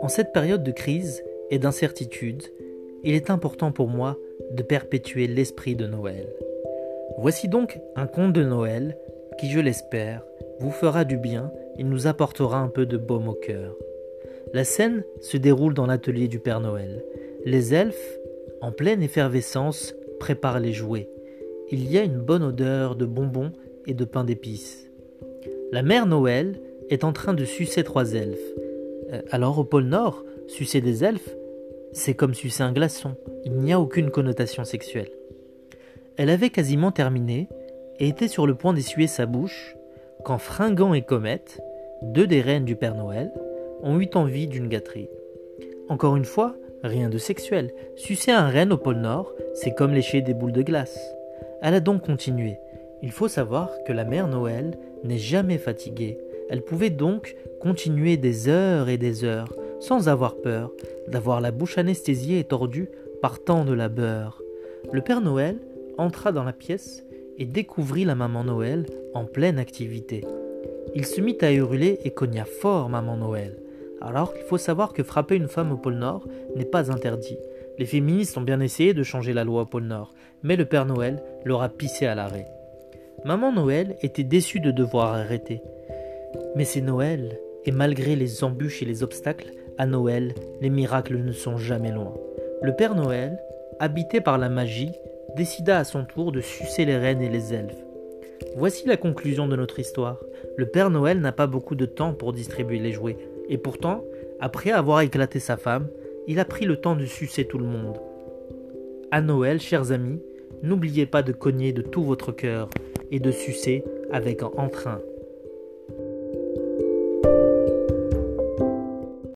cette période de crise et d'incertitude, il est important pour moi de perpétuer l'esprit de Noël. Voici donc un conte de Noël qui, je l'espère, vous fera du bien et nous apportera un peu de baume au cœur. La scène se déroule dans l'atelier du Père Noël. Les elfes, en pleine effervescence, préparent les jouets. Il y a une bonne odeur de bonbons et de pain d'épices. La mère Noël est en train de sucer 3 elfes. Alors au pôle Nord, sucer des elfes, c'est comme sucer un glaçon. Il n'y a aucune connotation sexuelle. Elle avait quasiment terminé et était sur le point d'essuyer sa bouche quand Fringant et Comète, 2 des reines du Père Noël, ont eu envie d'une gâterie. Encore une fois, rien de sexuel. Sucer un renne au pôle Nord, c'est comme lécher des boules de glace. Elle a donc continué. Il faut savoir que la mère Noël n'est jamais fatiguée. Elle pouvait donc continuer des heures et des heures, sans avoir peur d'avoir la bouche anesthésiée et tordue par tant de labeur. Le Père Noël entra dans la pièce et découvrit la maman Noël en pleine activité. Il se mit à hurler et cogna fort maman Noël. Alors qu'il faut savoir que frapper une femme au pôle Nord n'est pas interdit. Les féministes ont bien essayé de changer la loi au pôle Nord, mais le Père Noël leur a pissé à l'arrêt. Maman Noël était déçue de devoir arrêter. Mais c'est Noël, et malgré les embûches et les obstacles, à Noël, les miracles ne sont jamais loin. Le Père Noël, habité par la magie, décida à son tour de sucer les reines et les elfes. Voici la conclusion de notre histoire. Le Père Noël n'a pas beaucoup de temps pour distribuer les jouets, et pourtant, après avoir éclaté sa femme, il a pris le temps de sucer tout le monde. À Noël, chers amis, n'oubliez pas de cogner de tout votre cœur et de sucer avec un entrain.